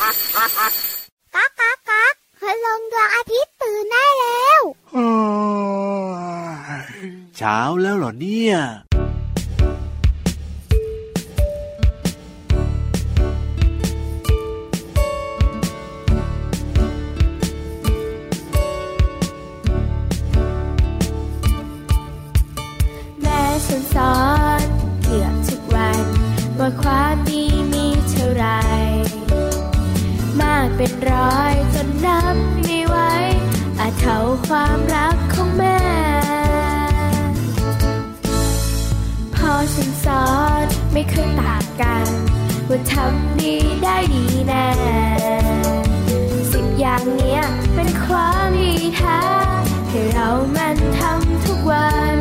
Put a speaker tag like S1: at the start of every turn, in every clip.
S1: ก๊ากก๊ากก๊ากพลังดวงอาทิตย์ตื่นได้แล้ว
S2: เช้าแล้วเหรอเนี่ย
S3: ฉันสอนเกือบทุกวันว่าความดีมีเท่าไรมากเป็นร้อยจนนับไม่ไหวอาจเท่าความรักของแม่พอฉันสอนไม่เคยต่างกันว่าทำดีได้ดีแน่10อย่างเนี้ยเป็นความดีแท้ให้เรามันทำทุกวัน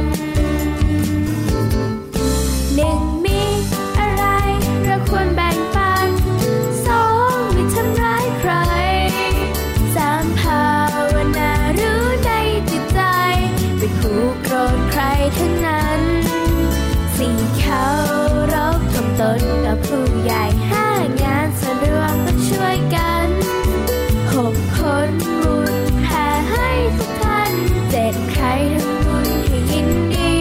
S3: 1มีอะไรเราควรแบ่งปัน2ไม่ทำร้ายใคร3ภาวนารู้ในจิตใจไม่คู่โกรธใครทั้งนั้น4เคารพถ่อมตนต่อผู้ใหญ่5งานส่วนรวมต้องช่วยกัน6ผลบุญแผ่ให้ทุกท่าน7ใครทำบุญให้ยินดี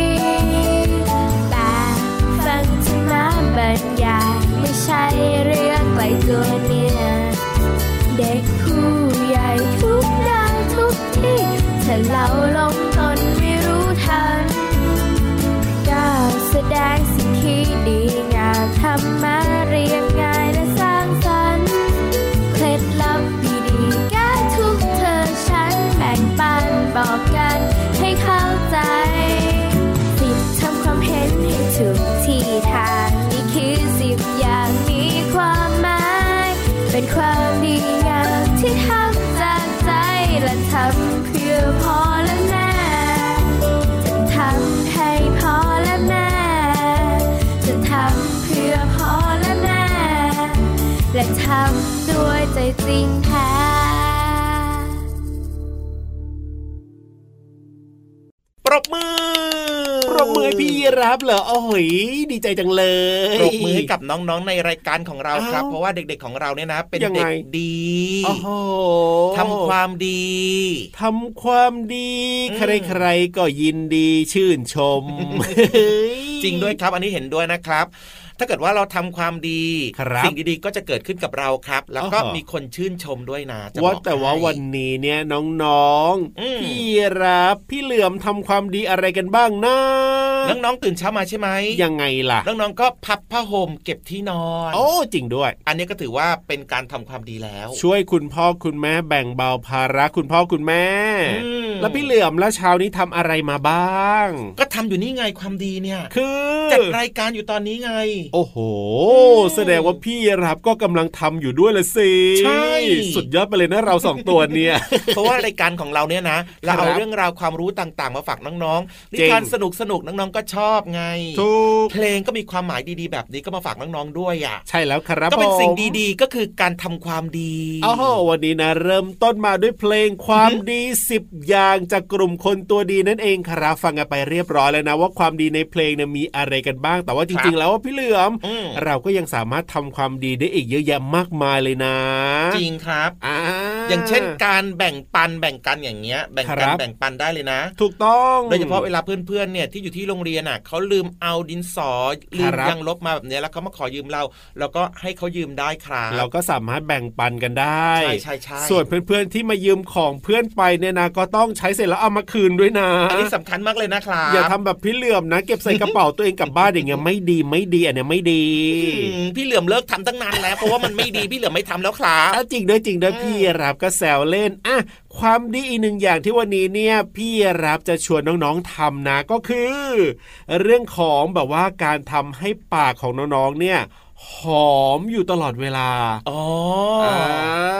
S3: บรรยายไม่ใช่เรื่องไกลตัวเนี่ยเด็กผู้ใหญ่ทุกด้านทุกที่ถ้าเราลงตนไม่รู้ทันก้าวแสดงสิ่งที่ดีงามทำมาเรียบง่ายและสร้างสรรค์เคล็ดลับดีๆแก้ทุกเธอฉันแบ่งปันบอกกันให้เข้าใจสิทำความเห็นให้ถูกที่ทางคือ10อย่างมีความหมายเป็นความดีงามที่ทำจากใจและทำเพื่อพ่อและแม่จะทำให้พ่อและแม่จะทำเพื่อพ่อและแม่และทำด้วยใจจริงแท้
S4: ปรบมือให้พี่รับเหรอโอ้ยดีใจจังเลย
S5: ปรบมือให้กับน้องๆในรายการของเราครับเพราะว่าเด็กๆของเราเนี่ยนะเป็นเด็กดีทำความดี
S4: ใครๆก็ยินดีชื่นชม
S5: จริงด้วยครับอันนี้เห็นด้วยนะครับถ้าเกิดว่าเราทำความดีสิ่งดีๆก็จะเกิดขึ้นกับเราครับแล้วก็มีคนชื่นชมด้วยนะ
S4: ว่าแต่ว่าวันนี้เนี่ยน้องๆพี่รับพี่เหลื่อมทำความดีอะไรกันบ้างนะ
S5: น้องๆตื่นเช้ามาใช่ไหม
S4: ยังไงล่ะ
S5: น้องๆก็พับผ้าห่มเก็บที่นอน
S4: โอ้จริงด้วย
S5: อันนี้ก็ถือว่าเป็นการทำความดีแล้ว
S4: ช่วยคุณพ่อคุณแม่แบ่งเบาภาระคุณพ่อคุณแม่แล้วพี่เหลื่อมแล้วเช้านี้ทำอะไรมาบ้าง
S5: ก็ทำอยู่นี่ไงความดีเนี่ย
S4: คือ
S5: จัดรายการอยู่ตอนนี้ไง
S4: โอ้โหแสดงว่าพี่รับก็กำลังทำอยู่ด้วยละสิ
S5: ใช่
S4: สุดยอดไปเลยนะเรา2ตัวเนี่ย
S5: เพราะว่ารายการของเราเนี่ยนะเราเอาเรื่องราวความรู้ต่างๆมาฝากน้องๆนิทานสนุกๆน้องๆก็ชอบไงเพลงก็มีความหมายดีๆแบบนี้ก็มาฝากน้องๆด้วยอ่ะ
S4: ใช่แล้วครับ
S5: ก็เป็นสิ่งดีๆก็คือการทำความดี
S4: อ๋อวันนี้นะเริ่มต้นมาด้วยเพลงความดี10อย่างจากกลุ่มคนตัวดีนั่นเองครับฟังกันไปเรียบร้อยแล้วนะว่าความดีในเพลงเนี่ยมีอะไรกันบ้างแต่ว่าจริงๆแล้วพี่เหลือมเราก็ยังสามารถทำความดีได้อีกเยอะแยะมากมายเลยนะ
S5: จริงครับอย่างเช่นการแบ่งปันแบ่งกันอย่างเงี้ยแบ่งกันแบ่งปันได้เลยนะ
S4: ถูกต้อง
S5: โดยเฉพาะเวลาเพื่อนๆเนี่ยที่อยู่ที่โรงเรียนอ่ะเขาลืมเอาดินสอลืมยางลบมาแบบนี้แล้วเขามาขอยืมเราแล้วก็ให้เขายืมได้ครับ
S4: เราก็สามารถแบ่งปันกันได้
S5: ใช่
S4: ส่วนเพื่อนๆที่มายืมของเพื่อนไปเนี่ยนะก็ต้องใช้เสร็จแล้วเอามาคืนด้วยนะ
S5: อันนี้สำคัญมากเลยนะครับ
S4: อย่าทำแบบพี่เหลื่อมนะเก็บใส่กระเป๋าตัวเองกลับบ้านอย่างเงี้ยไม่ดีอันเนี้ยไม่ดี
S5: พี่เหลื่อมเลิกทำตั้งนานแล้วเพราะว่ามันไม่ดีพี่เหลื่อมไม่ทำแล้วครับ
S4: จริงด้วยพี่รับก็แซวเล่นความดีอีกหนึ่งอย่างที่วันนี้เนี่ยพี่รับจะชวนน้องๆทำนะก็คือเรื่องของแบบว่าการทำให้ปากของน้องๆเนี่ยหอมอยู่ตลอดเวลา
S5: ก็ต้อง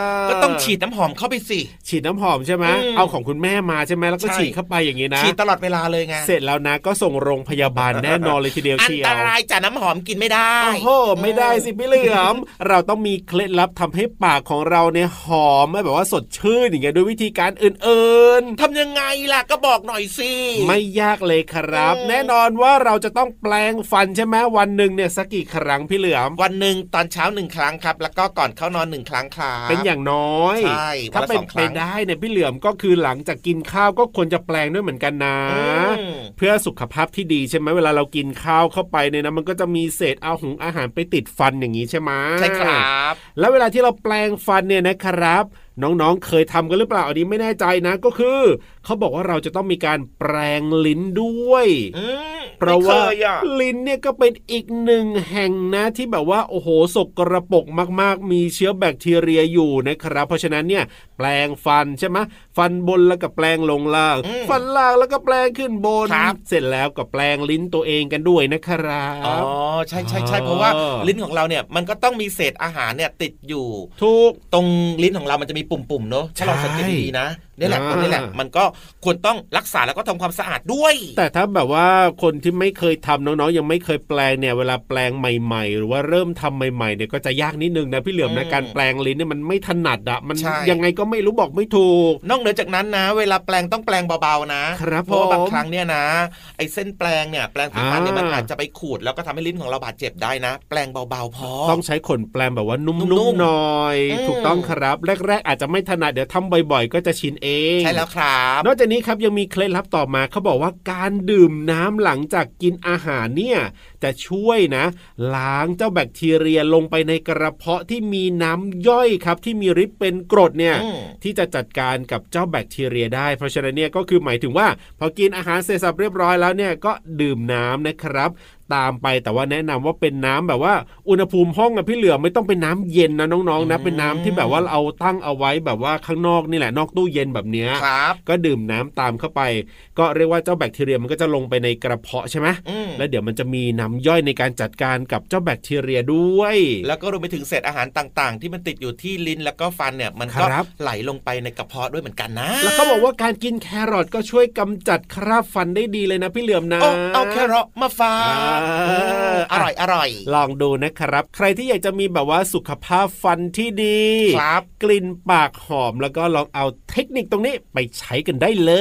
S5: ต้องฉีดน้ำหอมเข้าไปสิ
S4: ฉีดน้ำหอมใช่ไหมเอาของคุณแม่มาใช่ไหมแล้วก็ฉีดเข้าไปอย่างนี้นะ
S5: ฉีดตลอดเวลาเลยไง
S4: เสร็จแล้วนะก็ส่งโรงพยาบาลแน่นอนเลยทีเดียวเชียว
S5: อันตรายจากน้ำหอมกินไม่ได้
S4: โอ้โหไม่ได้สิพี่เหลือมเราต้องมีเคล็ดลับทำให้ปากของเราเนี่ยหอมแบบว่าสดชื่นอย่างเงี้ยด้วยวิธีการอื่น
S5: ๆทำยังไงล่ะก็บอกหน่อยสิ
S4: ไม่ยากเลยครับแน่นอนว่าเราจะต้องแปรงฟันใช่ไหมวันหนึ่งเนี่ยสักกี่ครั้งพี่เหลือม
S5: วันหนึ่งตอนเช้า1ครั้งครับแล้วก็ก่อนเข้านอน1ครั้งครับ
S4: เป็นอย่างน้อย
S5: ใช่
S4: ถ้าเป็นไปได้เนี่ยพี่เหลือมก็คือหลังจากกินข้าวก็ควรจะแปรงด้วยเหมือนกันนะเพื่อสุขภาพที่ดีใช่ไหมเวลาเรากินข้าวเข้าไปเนี่ยนะมันก็จะมีเศษอาหารไปติดฟันอย่างนี้ใช่ไหม
S5: ใช่ครับ
S4: แล้วเวลาที่เราแปรงฟันเนี่ยนะครับน้องๆเคยทำกันหรือเปล่าอันนี้ไม่แน่ใจนะก็คือเขาบอกว่าเราจะต้องมีการแปรงลิ้นด้วยเพราะว่าลิ้นเนี่ยก็เป็นอีกหนึ่งแห่งนะที่แบบว่าโอ้โหสกปรกมากๆมีเชื้อแบคทีเรียอยู่นะครับเพราะฉะนั้นเนี่ยแปรงฟันใช่ไหมฟันบนแล้วก็แปรงลงล่างฟันล่างแล้วก็แปรงขึ้นบนเสร็จแล้วก็แปรงลิ้นตัวเองกันด้วยนะครับ
S5: อ๋อใช่เพราะว่าลิ้นของเราเนี่ยมันก็ต้องมีเศษอาหารเนี่ยติดอยู่
S4: ทุก
S5: ตรงลิ้นของเรามันจะมีปุ่มๆเนอะถ้าเราสังเกตดีๆนะนี่แหละมันก็ควรต้องรักษาแล้วก็ทำความสะอาดด้วย
S4: แต่ถ้าแบบว่าคนที่ไม่เคยทำน้องๆยังไม่เคยแปลงเนี่ยเวลาแปลงใหม่ๆหรือว่าเริ่มทำใหม่ๆเนี่ยก็จะยากนิดนึงนะพี่เหลือมนะการแปลงลิ้นเนี่ยมันไม่ถนัดอะมันยังไงก็ไม่รู้บอกไม่ถูก
S5: นอกเหนือจากนั้นนะเวลาแปลงต้องแปลงเบาๆนะเพราะว่าบางครั้งเนี่ยนะไอ้เส้นแปลงเนี่ยแปลงสีฟันเนี่ยมันอาจจะไปขูดแล้วก็ทำให้ลิ้นของเราบาดเจ็บได้นะแปลงเบาๆพอ
S4: ต้องใช้ขนแปลงแบบว่านุ่มๆหน่อยถูกต้องครับแรกๆอาจจะไม่ถนัดเดี๋ยวทำบ่อยๆก็จะชินเอง
S5: ใช่แล้วครับ
S4: นอกจากนี้ครับยังมีเคล็ดลับต่อมาเขาบอกว่าการดื่มน้ำหลังจากกินอาหารเนี่ยจะช่วยนะล้างเจ้าแบคทีเรียลงไปในกระเพาะที่มีน้ำย่อยครับที่มีฤทธิ์เป็นกรดเนี่ยที่จะจัดการกับเจ้าแบคทีเรียได้เพราะฉะนั้นเนี่ยก็คือหมายถึงว่าพอกินอาหารเสร็จสับเรียบร้อยแล้วเนี่ยก็ดื่มน้ำนะครับตามไปแต่ว่าแนะนำว่าเป็นน้ำแบบว่าอุณหภูมิห้องอะพี่เหลือไม่ต้องเป็นน้ำเย็นนะน้องๆนะเป็นน้ำที่แบบว่าเอาตั้งเอาไว้แบบว่าข้างนอกนี่แหละนอกตู้เย็นแบบเนี้ยก็ดื่มน้ำตามเข้าไปก็เรียกว่าเจ้าแบคทีเรียมันก็จะลงไปในกระเพาะใช่ไหมแล้วเดี๋ยวมันจะมีน้ำย่อยในการจัดการกับเจ้าแบคทีเรียด้วย
S5: แล้วก็รวมไปถึงเศษอาหารต่างๆที่มันติดอยู่ที่ลิ้นแล้วก็ฟันเนี่ยมันก็ไหลลงไปในกระเพาะด้วยเหมือนกันนะ
S4: แล้วเขาบอกว่าการกินแครอทก็ช่วยกำจัดคราบฟันได้ดีเลยนะพี่เหลือมนะ
S5: เอาแครอทมาฝากอร่อย
S4: ลองดูนะครับใครที่อยากจะมีแบบว่าสุขภาพฟันที่ดี
S5: ครับ
S4: กลิ่นปากหอมแล้วก็ลองเอาเทคนิคตรงนี้ไปใช้กันได้เลย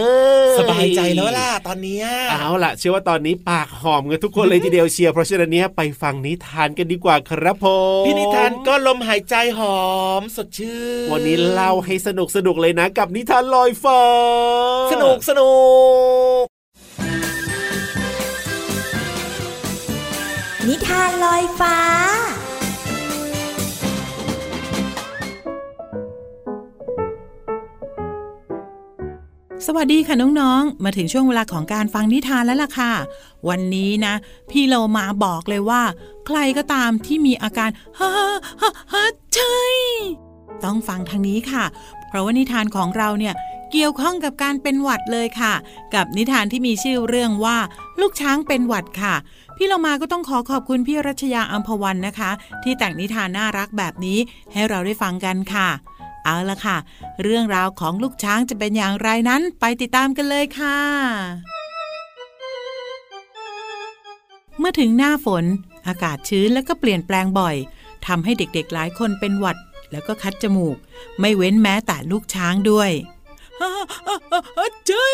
S5: สบายใจแล้วล่ะตอนนี้
S4: เอาล่ะเชื่อว่าตอนนี้ปากหอมกันทุกคนเลยทีเดียวเชียร์เพราะฉะนั้นเนี่ยไปฟังนิทานกันดีกว่าครับผม
S5: พี่นิทานก็ลมหายใจหอมสดชื่น
S4: วันนี้เล่าให้สนุกเลยนะกับนิทานลอยฟ้า
S5: สนุก
S6: นิทานลอยฟ้า
S7: สวัสดีค่ะน้องๆมาถึงช่วงเวลาของการฟังนิทานแล้วล่ะค่ะวันนี้นะพี่โลมาบอกเลยว่าใครก็ตามที่มีอาการฮัดใช่ต้องฟังทางนี้ค่ะเพราะว่านิทานของเราเนี่ยเกี่ยวข้องกับการเป็นหวัดเลยค่ะกับนิทานที่มีชื่อเรื่องว่าลูกช้างเป็นหวัดค่ะพี่เรามาก็ต้องขอบคุณพี่รัชยาอัมพวันนะคะที่แต่งนิทานน่ารักแบบนี้ให้เราได้ฟังกันค่ะเอาล่ะค่ะเรื่องราวของลูกช้างจะเป็นอย่างไรนั้นไปติดตามกันเลยค่ะเมื่อถึงหน้าฝนอากาศชื้นแล้วก็เปลี่ยนแปลงบ่อยทำให้เด็กๆหลายคนเป็นหวัดแล้วก็คัดจมูกไม่เว้นแม้แต่ลูกช้างด้วยใช่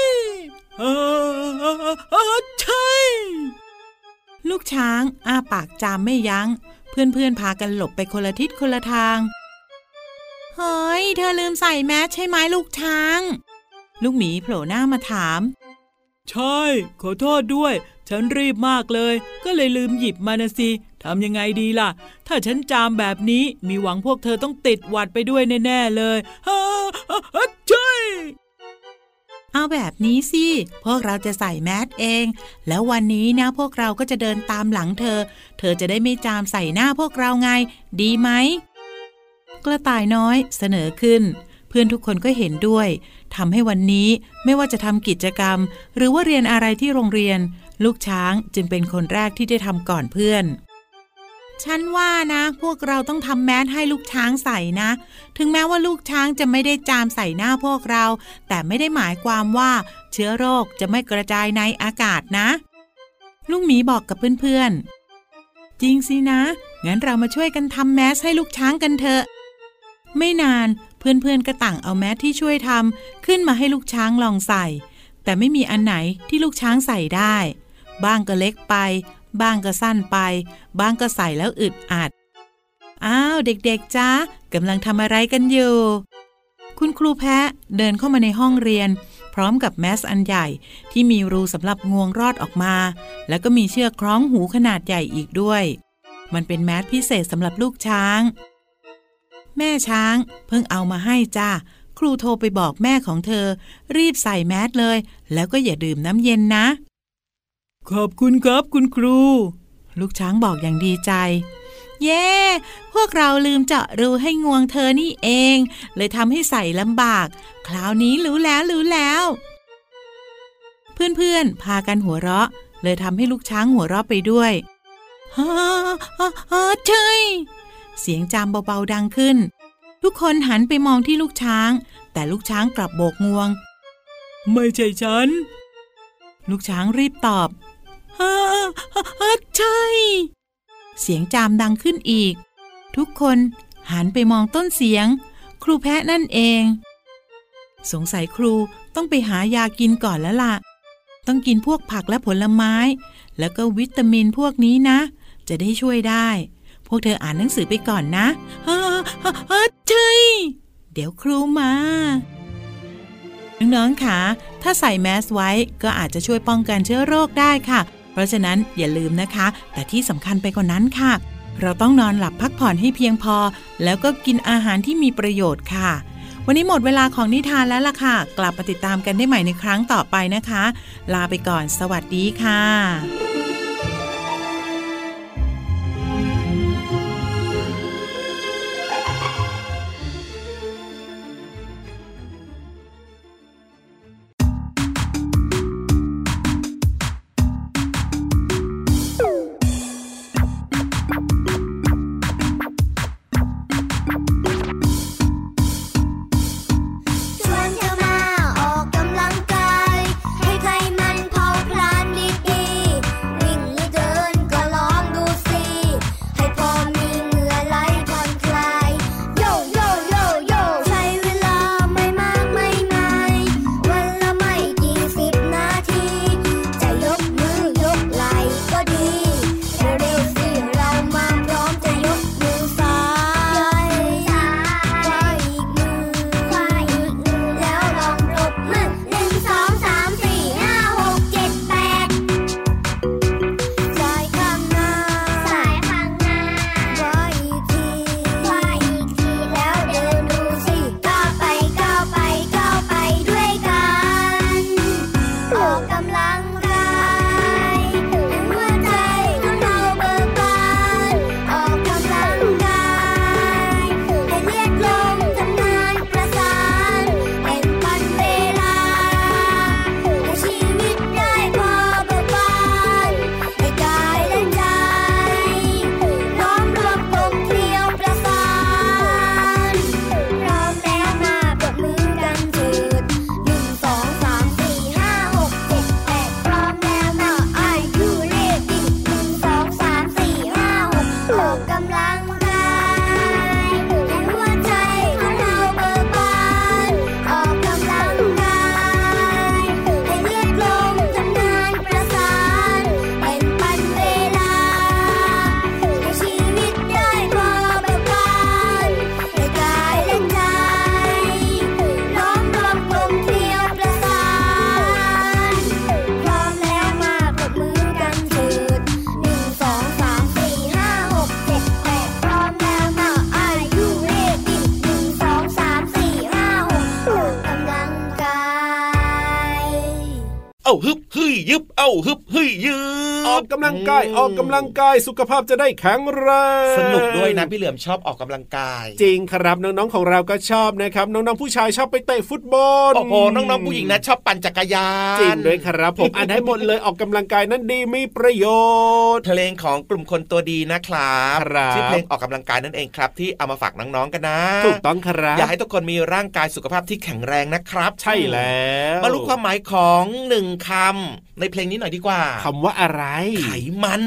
S7: ใช่ลูกช้างอ้าปากจามไม่ยั้งเพื่อนๆพากันหลบไปคนละทิศคนละทางเฮ้ยเธอลืมใส่แมสใช่ไหมลูกช้างลูกหมีโผล่หน้ามาถามใช่ขอโทษด้วยฉันรีบมากเลยก็เลยลืมหยิบมานะสิทำยังไงดีล่ะถ้าฉันจามแบบนี้มีหวังพวกเธอต้องติดหวัดไปด้วยแน่ๆเลยใช่เอาแบบนี้สิพวกเราจะใส่แมสเองแล้ววันนี้นะพวกเราก็จะเดินตามหลังเธอจะได้ไม่จามใส่หน้าพวกเราไงดีไหมกระต่ายน้อยเสนอขึ้นเพื่อนทุกคนก็เห็นด้วยทำให้วันนี้ไม่ว่าจะทำกิจกรรมหรือว่าเรียนอะไรที่โรงเรียนลูกช้างจึงเป็นคนแรกที่ได้ทำก่อนเพื่อนฉันว่านะพวกเราต้องทำแมสให้ลูกช้างใส่นะถึงแม้ว่าลูกช้างจะไม่ได้จามใส่หน้าพวกเราแต่ไม่ได้หมายความว่าเชื้อโรคจะไม่กระจายในอากาศนะลุงหมีบอกกับเพื่อนๆจริงสินะงั้นเรามาช่วยกันทำแมสให้ลูกช้างกันเถอะไม่นานเพื่อนๆก็ต่างเอาแมสที่ช่วยทำขึ้นมาให้ลูกช้างลองใส่แต่ไม่มีอันไหนที่ลูกช้างใส่ได้บ้างก็เล็กไปบ้างก็สั้นไปบ้างก็ใส่แล้วอึดอัดอ้าวเด็กๆจ้ากำลังทำอะไรกันอยู่คุณครูแพะเดินเข้ามาในห้องเรียนพร้อมกับแมสอันใหญ่ที่มีรูสำหรับงวงรอดออกมาแล้วก็มีเชือกคล้องหูขนาดใหญ่อีกด้วยมันเป็นแมสพิเศษสำหรับลูกช้างแม่ช้างเพิ่งเอามาให้จ้าครูโทรไปบอกแม่ของเธอรีบใส่แมสเลยแล้วก็อย่าดื่มน้ำเย็นนะขอบคุณครับคุณครูลูกช้างบอกอย่างดีใจเย้พวกเราลืมเจาะรูให้งวงเธอนี่เองเลยทำให้ใส่ลำบากคราวนี้รู้แล้วเพื่อนๆพากันหัวเราะเลยทำให้ลูกช้างหัวเราะไปด้วยฮ่าใช่เสียงจามเบาๆดังขึ้นทุกคนหันไปมองที่ลูกช้างแต่ลูกช้างกลับโบกงวงไม่ใช่ฉันลูกช้างรีบตอบใช่เสียงจามดังขึ้นอีกทุกคนหันไปมองต้นเสียงครูแพะนั่นเองสงสัยครูต้องไปหายากินก่อนแล้วล่ะต้องกินพวกผักและผลไม้แล้วก็วิตามินพวกนี้นะจะได้ช่วยได้พวกเธออ่านหนังสือไปก่อนนะใช่เดี๋ยวครูมาน้องๆค่ะถ้าใส่แมสไว้ก็อาจจะช่วยป้องกันเชื้อโรคได้ค่ะเพราะฉะนั้นอย่าลืมนะคะแต่ที่สำคัญไปกว่านั้นค่ะเราต้องนอนหลับพักผ่อนให้เพียงพอแล้วก็กินอาหารที่มีประโยชน์ค่ะวันนี้หมดเวลาของนิทานแล้วล่ะค่ะกลับมาติดตามกันได้ใหม่ในครั้งต่อไปนะคะลาไปก่อนสวัสดีค่ะ
S1: ให้ไขมันเผาผลาญดีๆ
S5: ฮึบฮึยยึบเอาฮึบฮึยยึบ
S4: ออกกำลังกายสุขภาพจะได้แข็งแรง
S5: สนุกด้วยนะพี่เหลือมชอบออกกำลังกาย
S4: จริงครับน้องๆของเราก็ชอบนะครับน้องๆผู้ชายชอบไปเตะฟุตบอล
S5: โอ้โหน้องๆผู้หญิงนะชอบปั่นจักรยาน
S4: จริงด้วยครับผมอ่านให้หมดเลยออกกำลังกายนั้นดีมีประโยชน์
S5: เพลงของกลุ่มคนตัวดีนะครับชื่อเพลงออกกำลังกายนั่นเองครับที่เอามาฝากน้องๆกันนะ
S4: ถูกต้องครับ
S5: อยากให้ทุกคนมีร่างกายสุขภาพที่แข็งแรงนะครับ
S4: ใช่แล้ว
S5: มารู้ความหมายของ1คำในเพลงนี้หน่อยดีกว่า
S4: คำว่าอะไร
S5: ไขมัน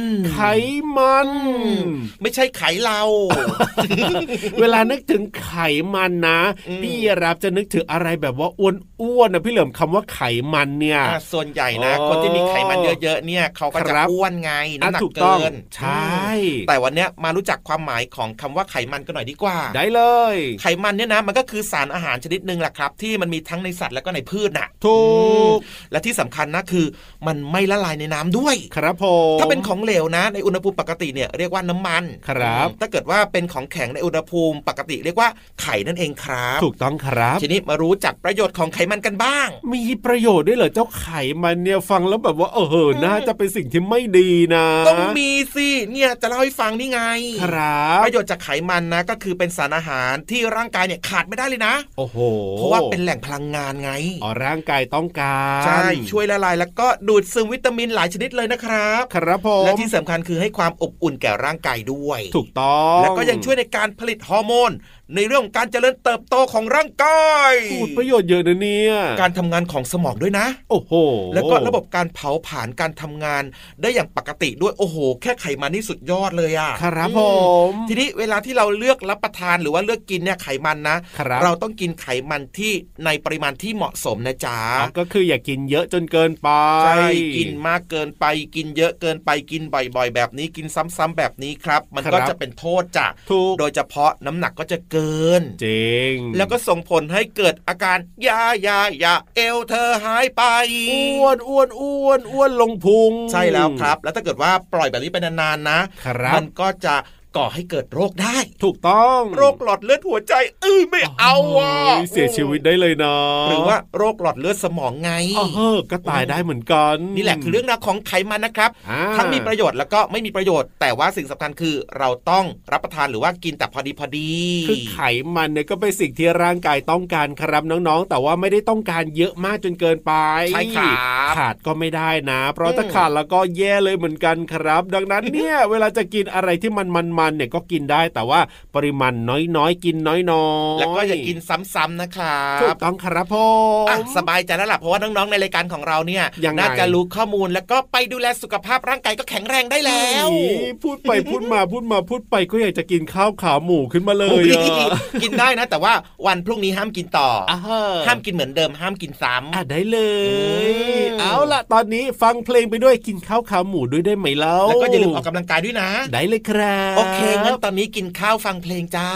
S5: ไม่ใช่ไขเรา
S4: เวลานึกถึงไขมันนะพี่รับจะนึกถึงอะไรแบบว่าอ้วนๆนะพี่เหลิมคำว่าไขมันเนี่ย
S5: ส่วนใหญ่นะคนที่มีไขมันเยอะๆเนี่ยเขาก็จะอ้วนไงน้ำหนักเกิน
S4: ใช่
S5: แต่วันนี้มารู้จักความหมายของคำว่าไขมันกันหน่อยดีกว่า
S4: ได้เลย
S5: ไขมันเนี่ยนะมันก็คือสารอาหารชนิดนึงแหละครับที่มันมีทั้งในสัตว์แล้วก็ในพืชน่ะ
S4: ถูก
S5: และที่สำคัญนะคือมันไม่ละลายในน้ำด้วย
S4: ครับผม
S5: ถ้าเป็นของเหลวนะในอุณหภูมิปกติเนี่ยเรียกว่าน้ำมัน
S4: ครับ
S5: ถ้าเกิดว่าเป็นของแข็งในอุณหภูมิปกติเรียกว่าไข่นั่นเองครับ
S4: ถูกต้องครับ
S5: ทีนี้มารู้จักประโยชน์ของไขมันกันบ้าง
S4: มีประโยชน์ด้วยเหรอเจ้าไขมันเนี่ยฟังแล้วแบบว่าน่าจะเป็นสิ่งที่ไม่ดีนะ
S5: ต้องมีสิเนี่ยจะเล่าให้ฟังนี่ไง
S4: ครับ
S5: ประโยชน์จากไขมันนะก็คือเป็นสารอาหารที่ร่างกายเนี่ยขาดไม่ได้เลยนะ
S4: โอ้โห
S5: เพราะว่าเป็นแหล่งพลังงานไง
S4: ร่างกายต้องการ
S5: ใช่ช่วยละลายแล้วก็ดูดซึมวิตามินหลายชนิดเลยนะครับ
S4: ครับผม
S5: และที่สำคัญคือให้ความอบอุ่นแก่ร่างกายด้วย
S4: ถูกต้อง
S5: แล้วก็ยังช่วยในการผลิตฮอร์โมนในเรื่องของการเจริญเติบโตของร่างกาย
S4: ประโยชน์เยอะนะเนี่ย
S5: การทำงานของสมองด้วยนะ
S4: โอ้โห
S5: แล้วก็ระบบการเผาผลาญการทำงานได้อย่างปกติด้วยโอ้โหแค่ไขมันนี่สุดยอดเลยอ่ะ
S4: ครับผม
S5: ทีนี้เวลาที่เราเลือกรับประทานหรือว่าเลือกกินเนี่ยไขมันนะเราต้องกินไขมันที่ในปริมาณที่เหมาะสมนะจ๊ะ
S4: ก็คืออย่ากินเยอะจนเกินไป
S5: ใช่กินมากเกินไปกินเยอะเกินไปกินบ่อยๆแบบนี้กินซ้ำๆแบบนี้ครับมันก็จะเป็นโทษจ้ะโดยเฉพาะน้ำหนักก็จะเกิน
S4: จริง
S5: แล้วก็ส่งผลให้เกิดอาการยาเอวเธอหายไป
S4: อ้วนลงพุง
S5: ใช่แล้วครับแล้วถ้าเกิดว่าปล่อยแบบนี้ไปนานๆนะมันก็จะก่อให้เกิดโรคได้
S4: ถูกต้อง
S5: โรคหลอดเลือดหัวใจไม่เอาว่ะ
S4: เสียชีวิตได้เลยนะ
S5: หรือว่าโรคหลอดเลือดสมองไง
S4: ก็ตายได้เหมือนกัน
S5: นี่แหละคือเรื่องราวของไขมันนะครับทั้งมีประโยชน์แล้วก็ไม่มีประโยชน์แต่ว่าสิ่งสำคัญคือเราต้องรับประทานหรือว่ากินแต่พอดี
S4: คือไขมันเนี่ยก็เป็นสิ่งที่ร่างกายต้องการครับน้องๆแต่ว่าไม่ได้ต้องการเยอะมากจนเกินไป
S5: ใช่ครับ
S4: ขาดก็ไม่ได้นะเพราะถ้าขาดแล้วก็แย่เลยเหมือนกันครับดังนั้นเนี่ย เวลาจะกินอะไรที่มันเนี่ยก็กินได้แต่ว่าปริมาณน้อยๆกินน้อยๆ
S5: แล้วก็อย่ากินซ้ำๆนะครับ
S4: ถูกต้องครับพ่อ
S5: สบายใจแล้วล่ะเพราะว่าน้องๆในรายการของเราเนี่ยน่าจะรู้ข้อมูลแล้วก็ไปดูแลสุขภาพร่างกายก็แข็งแรงได้แล้ว
S4: พูดไปพูดไปก็อยากจะกินข้าวขาหมูขึ้นมาเลย
S5: กินได้นะแต่ว่าวันพรุ่งนี้ห้ามกินต่อห้ามกินเหมือนเดิมห้ามกินซ้
S4: ำได้เลยเอาล่ะตอนนี้ฟังเพลงไปด้วยกินข้าวขาหมูด้วยได้ไหมเล่า
S5: แล้วก็อย่าลืมออกกำลังกายด้วยนะ
S4: ได้เลยครับ
S5: โอเคงั้นตอนนี้กินข้าวฟังเพลงจ้า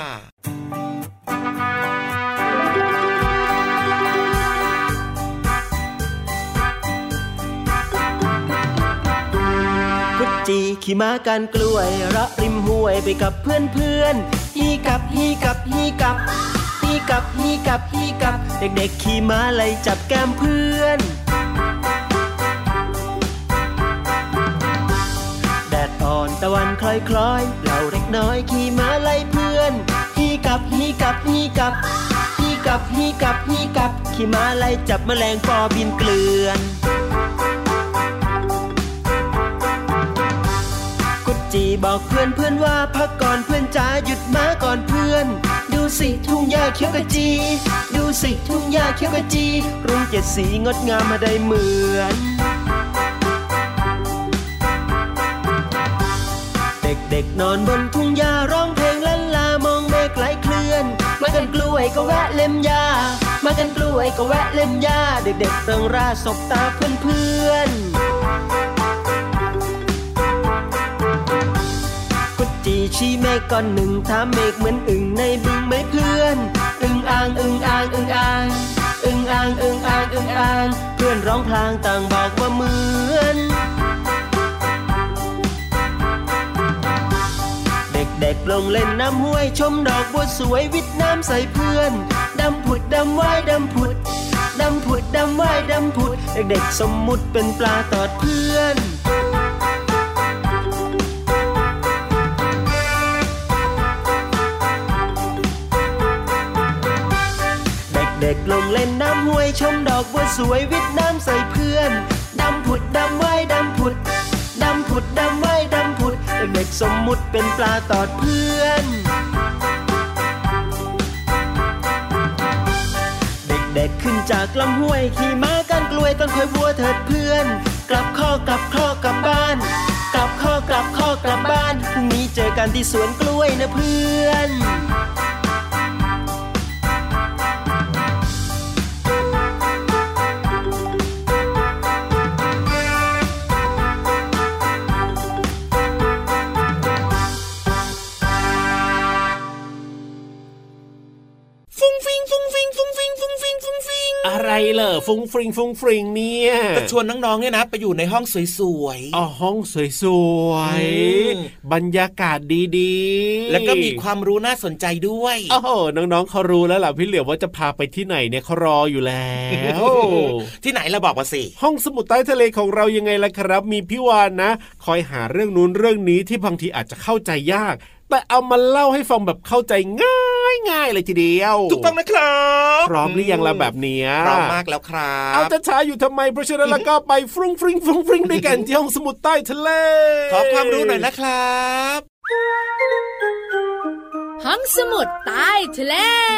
S8: กุดจีขี่ม้ากันกล้วยระริมห้วยไปกับเพื่อนฮีกับเด็กๆขี่ม้าไล่จับแก้มเพื่อนแดดอ่อนตะวันคล้อยๆเราเด็กน้อยขี่ม้าไล่เพื่อนฮีกับขี่ม้าไล่จับแมลงปอบินเกลื่อนกุดจีบอกเพื่อนว่าพักก่อนเพื่อนจ๋าหยุดม้าก่อนเพื่อนดูสิทุ่งหญ้าเขียวกระจีรุ่ง7สีงดงามมาได้เหมือนเด็กๆนอนบนทุ่งหญ้าร้องเพลงลันลามองเมฆไหลเคลื่อนมากันกล้วยก็แวะเล่มหญ้าเด็กๆเริงร่าสบตาเพื่อนกุดจีชี้เมฆก้อนหนึ่งถามเมฆเหมือนอึ่งในบึงไหมเพื่อนอึ่งอ่างเพื่อนร้องพลางต่างบอกว่าเหมือนเด็กๆลงเล่นน้ำห้วยชมดอกบัวสวยวิทน้ำใส่เพื่อนดำผุดดำว่ายดำผุดดำผุดดำว่ายดำผุดเด็กๆสมมุติเป็นปลาตอดเพื่อนเด็กลงเล่นน้ำห้วยชมดอกบัวสวยวิทน้ำใส่เพื่อนดำผุดดำว่ายดำผุดดำผุดดำว่ายดำผุดเด็กๆสมมุติเป็นปลาตอดเพื่อนเด็กๆขึ้นจากลำห้วยขี่ม้ากันกล้วยต้นคอยบัวเถิดเพื่อนกลับข้อกลับข้อกลับบ้านกลับข้อกลับข้อกลับบ้านพรุ่งนี้เจอกันที่สวนกล้วยนะเพื่อน
S4: อะไรเหรอฟุ้งฟริงฟุ้งฟริงเนี่ย
S5: จะชวนน้องๆเนี่ยนะไปอยู่ในห้องสวย
S4: ๆอ๋อห้องสวยๆบรรยากาศดีๆ
S5: แล้วก็มีความรู้น่าสนใจด้วย
S4: โอ้โหน้องๆเขารู้แล้วล่ะพี่เหลียวว่าจะพาไปที่ไหนเนี่ยเขารออยู่แล้ว
S5: ที่ไหนเราบอกมาสิ
S4: ห้องสมุดใต้ทะเลของเรายังไงล่ะครับมีพี่วานนะคอยหาเรื่องนู้นเรื่องนี้ที่บางทีอาจจะเข้าใจยากแต่เอามาเล่าให้ฟังแบบเข้าใจง่ายเลยทีเดียว
S5: ถูกต้องนะครับ
S4: พร้อมหรือยังล่ะแบบนี้
S5: พร้อมมากแล้วครับ
S4: เอาจะช้าอยู่ทำไมเพราะฉะนั้นแล้วก็ไปฟรุ้งฟริ้งฟรุ้งฟริ้งด้วยกันที่ห้องสมุดใต้ทะเล
S5: ขอความรู้หน่อยนะครับ
S3: ห้องสมุดใต้ทะเล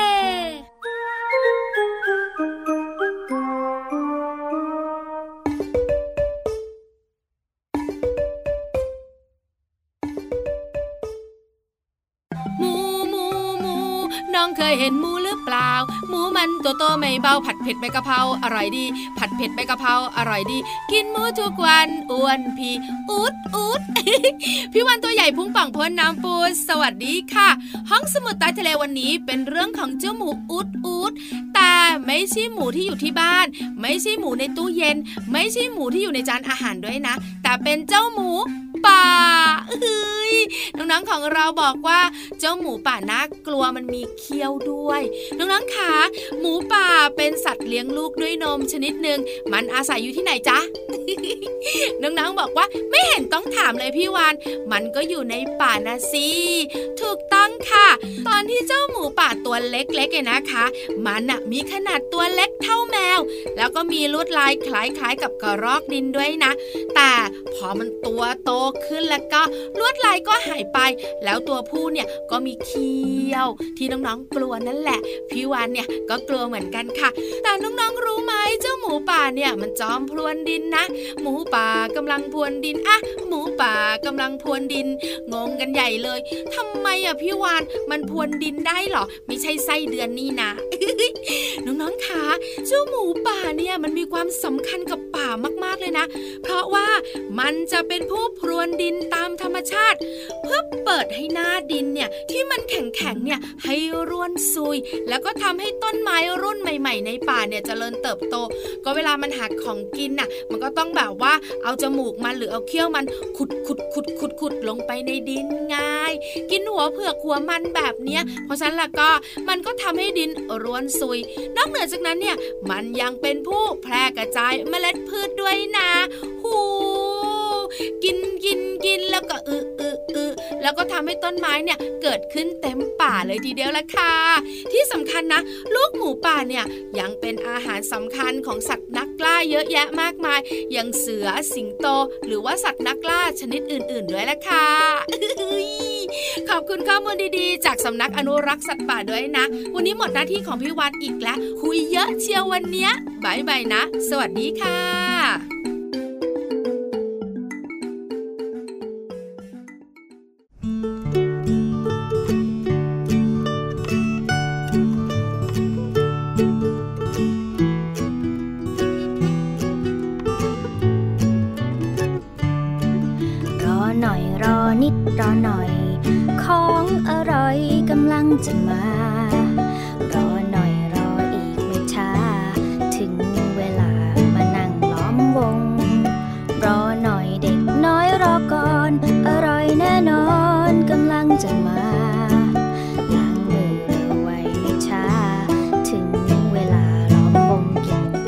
S3: น้องเคยเห็นหมูหรือเปล่าหมูมันตัวโตไม่เบาผัดเผ็ดใบกะเพราอร่อยดีผัดเผ็ดใบกะเพราอร่อยดีกินหมูทุกวันอ้วนพีอูด พี่วันตัวใหญ่พุ่งป่องพ้นน้ำปูสวัสดีค่ะห้องสมุดใต้ทะเลวันนี้เป็นเรื่องของเจ้าหมูอูดแต่ไม่ใช่หมูที่อยู่ที่บ้านไม่ใช่หมูในตู้เย็นไม่ใช่หมูที่อยู่ในจานอาหารด้วยนะแต่เป็นเจ้าหมูป่าน้องๆของเราบอกว่าเจ้าหมูป่าน่ากลัวมันมีเขี้ยวด้วยน้องๆคะหมูป่าเป็นสัตว์เลี้ยงลูกด้วยนมชนิดหนึ่งมันอาศัยอยู่ที่ไหนจ๊ะ น้องๆบอกว่าไม่เห็นต้องถามเลยพี่วานมันก็อยู่ในป่านะสิถูกต้องค่ะตอนที่เจ้าหมูป่าตัวเล็กๆเนี่ยนะคะมันน่ะมีขนาดตัวเล็กเท่าแมวแล้วก็มีลวดลายคล้ายๆกับกระรอกดินด้วยนะแต่พอมันตัวโตขึ้นแล้วก็ลวดลายก็หายไปแล้วตัวผู้เนี่ยก็มีเขี้ยวที่น้องๆกลัวนั่นแหละพี่วานเนี่ยก็กลัวเหมือนกันค่ะแต่น้องๆรู้ไหมเจ้าหมูป่าเนี่ยมันจอมพรวนดินนะหมูป่ากำลังพรวนดินอะหมูป่ากำลังพรวนดินงงกันใหญ่เลยทำไมอะพี่วานมันพรวนดินได้หรอไม่ใช่ไส้เดือนนี่นะ น้องๆคะเจ้าหมูป่าเนี่ยมันมีความสำคัญกับป่ามากๆเลยนะเพราะว่ามันจะเป็นผู้พรวนดินตามธรรมชาติเพื่อเปิดให้หน้าดินเนี่ยที่มันแข็งๆเนี่ยให้ร่วนซุยแล้วก็ทำให้ต้นไม้รุ่นใหม่ๆในป่าเนี่ยเจริญเติบโตก็เวลามันหาของกินน่ะมันก็ต้องแบบว่าเอาจมูกมันหรือเอาเขี้ยวมันขุดลงไปในดินง่ายกินหัวเผือกหัวมันแบบเนี้ยเพราะฉะนั้นแล้วก็มันก็ทำให้ดินร่วนซุยนอกเหนือจากนั้นเนี่ยมันยังเป็นผู้แพร่กระจายเมล็ดพืชด้วยนะหูกินแล้วก็แล้วก็ทำให้ต้นไม้เนี่ยเกิดขึ้นเต็มป่าเลยทีเดียวละค่ะที่สำคัญนะลูกหมูป่าเนี่ยยังเป็นอาหารสำคัญของสัตว์นักล่าเยอะแยะมากมายอย่างเสือสิงโตหรือว่าสัตว์นักล่าชนิดอื่นๆด้วยละค่ะขอบคุณข้อมูลดีๆจากสำนักอนุรักษ์สัตว์ป่าด้วยนะวันนี้หมดหน้าที่ของพี่วานอีกแล้วคุยเยอะเชียววันเนี้ยบ๊ายบายนะสวัสดีค่ะ
S1: รอหน่อยของอร่อยกำลังจะมารอหน่อยรออีกไม่ช้าถึงเวลามานั่งล้อมวงรอหน่อยเด็กน้อยรอก่อนอร่อยแน่นอนกำลังจะมาล้างมือเร็วไวไม่ช้าถึงเวลาล้อมวงกิน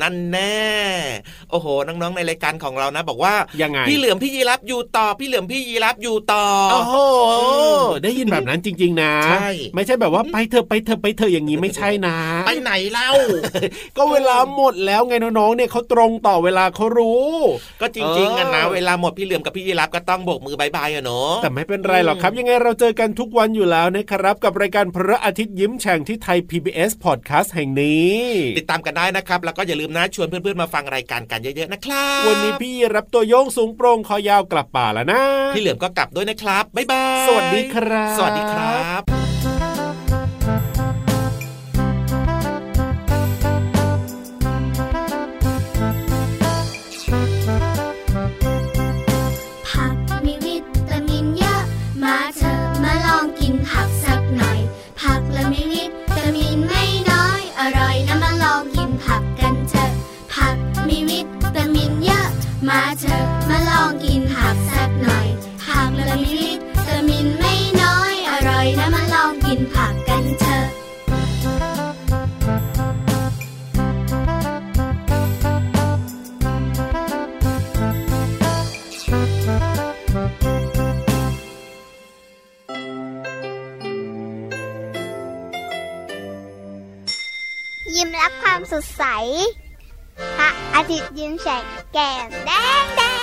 S5: นั่นแน่โอ้โหน้องๆในรายการของเรานะบอกว่า
S4: ยังไง
S5: พี่เหลือมพี่ยีรับอยู่ต่อพี่เหลือมพี่ยีรับอยู่ต่อ
S4: โอ้โหได้ยินแบบนั้นจริงๆนะ
S5: ใช่
S4: ไม่ใช่แบบว่าไปเถอะไปเถอะไปเถอะอย่างนี้ไม่ใช่นะ
S5: ไปไหนเล่า
S4: ก็เวลาหมดแล้วไงน้องๆเนี่ยเขาตรงต่อเวลาเขารู้
S5: ก็จริงๆนะเวลาหมดพี่เหลือมกับพี่ยีรับก็ต้องโบกมือบายบายอะเนาะ
S4: แต่ไม่เป็นไรหรอกครับยังไงเราเจอกันทุกวันอยู่แล้วนะครับกับรายการพระอาทิตย์ยิ้มแฉ่งที่ไทย PBS Podcast แห่งนี้
S5: ติดตามกันได้นะครับแล้วก็อย่าลืมนะชวนเพื่อนๆมาฟังรายการกันเยอะๆนะครับ
S4: วันนี้พี่รับตัวโยงสูงโปร่งคอยาวกลับป่าแล้วนะ
S5: พี่เหลือมก็กลับด้วยนะครับบ๊ายบาย
S4: สวัสดีครับ
S5: สวัสดีครับ
S3: ผักมีวิตามินเยอะมาเถอะมาลองกินผักสักหน่อยผักและมีวิตามินไม่น้อยอร่อยนะมาลองกินผักกันเถอะผักมีวิตามินเยอะมาเถอะมาลองกินผักสักหน่อยผักและมีวิตามินไม่น้อยอร่อยนะมาลองกินผักกันเถอะ
S9: ยิ้มรับความสดใสพระอาทิตย์ยิ้มแฉกแก้มแดง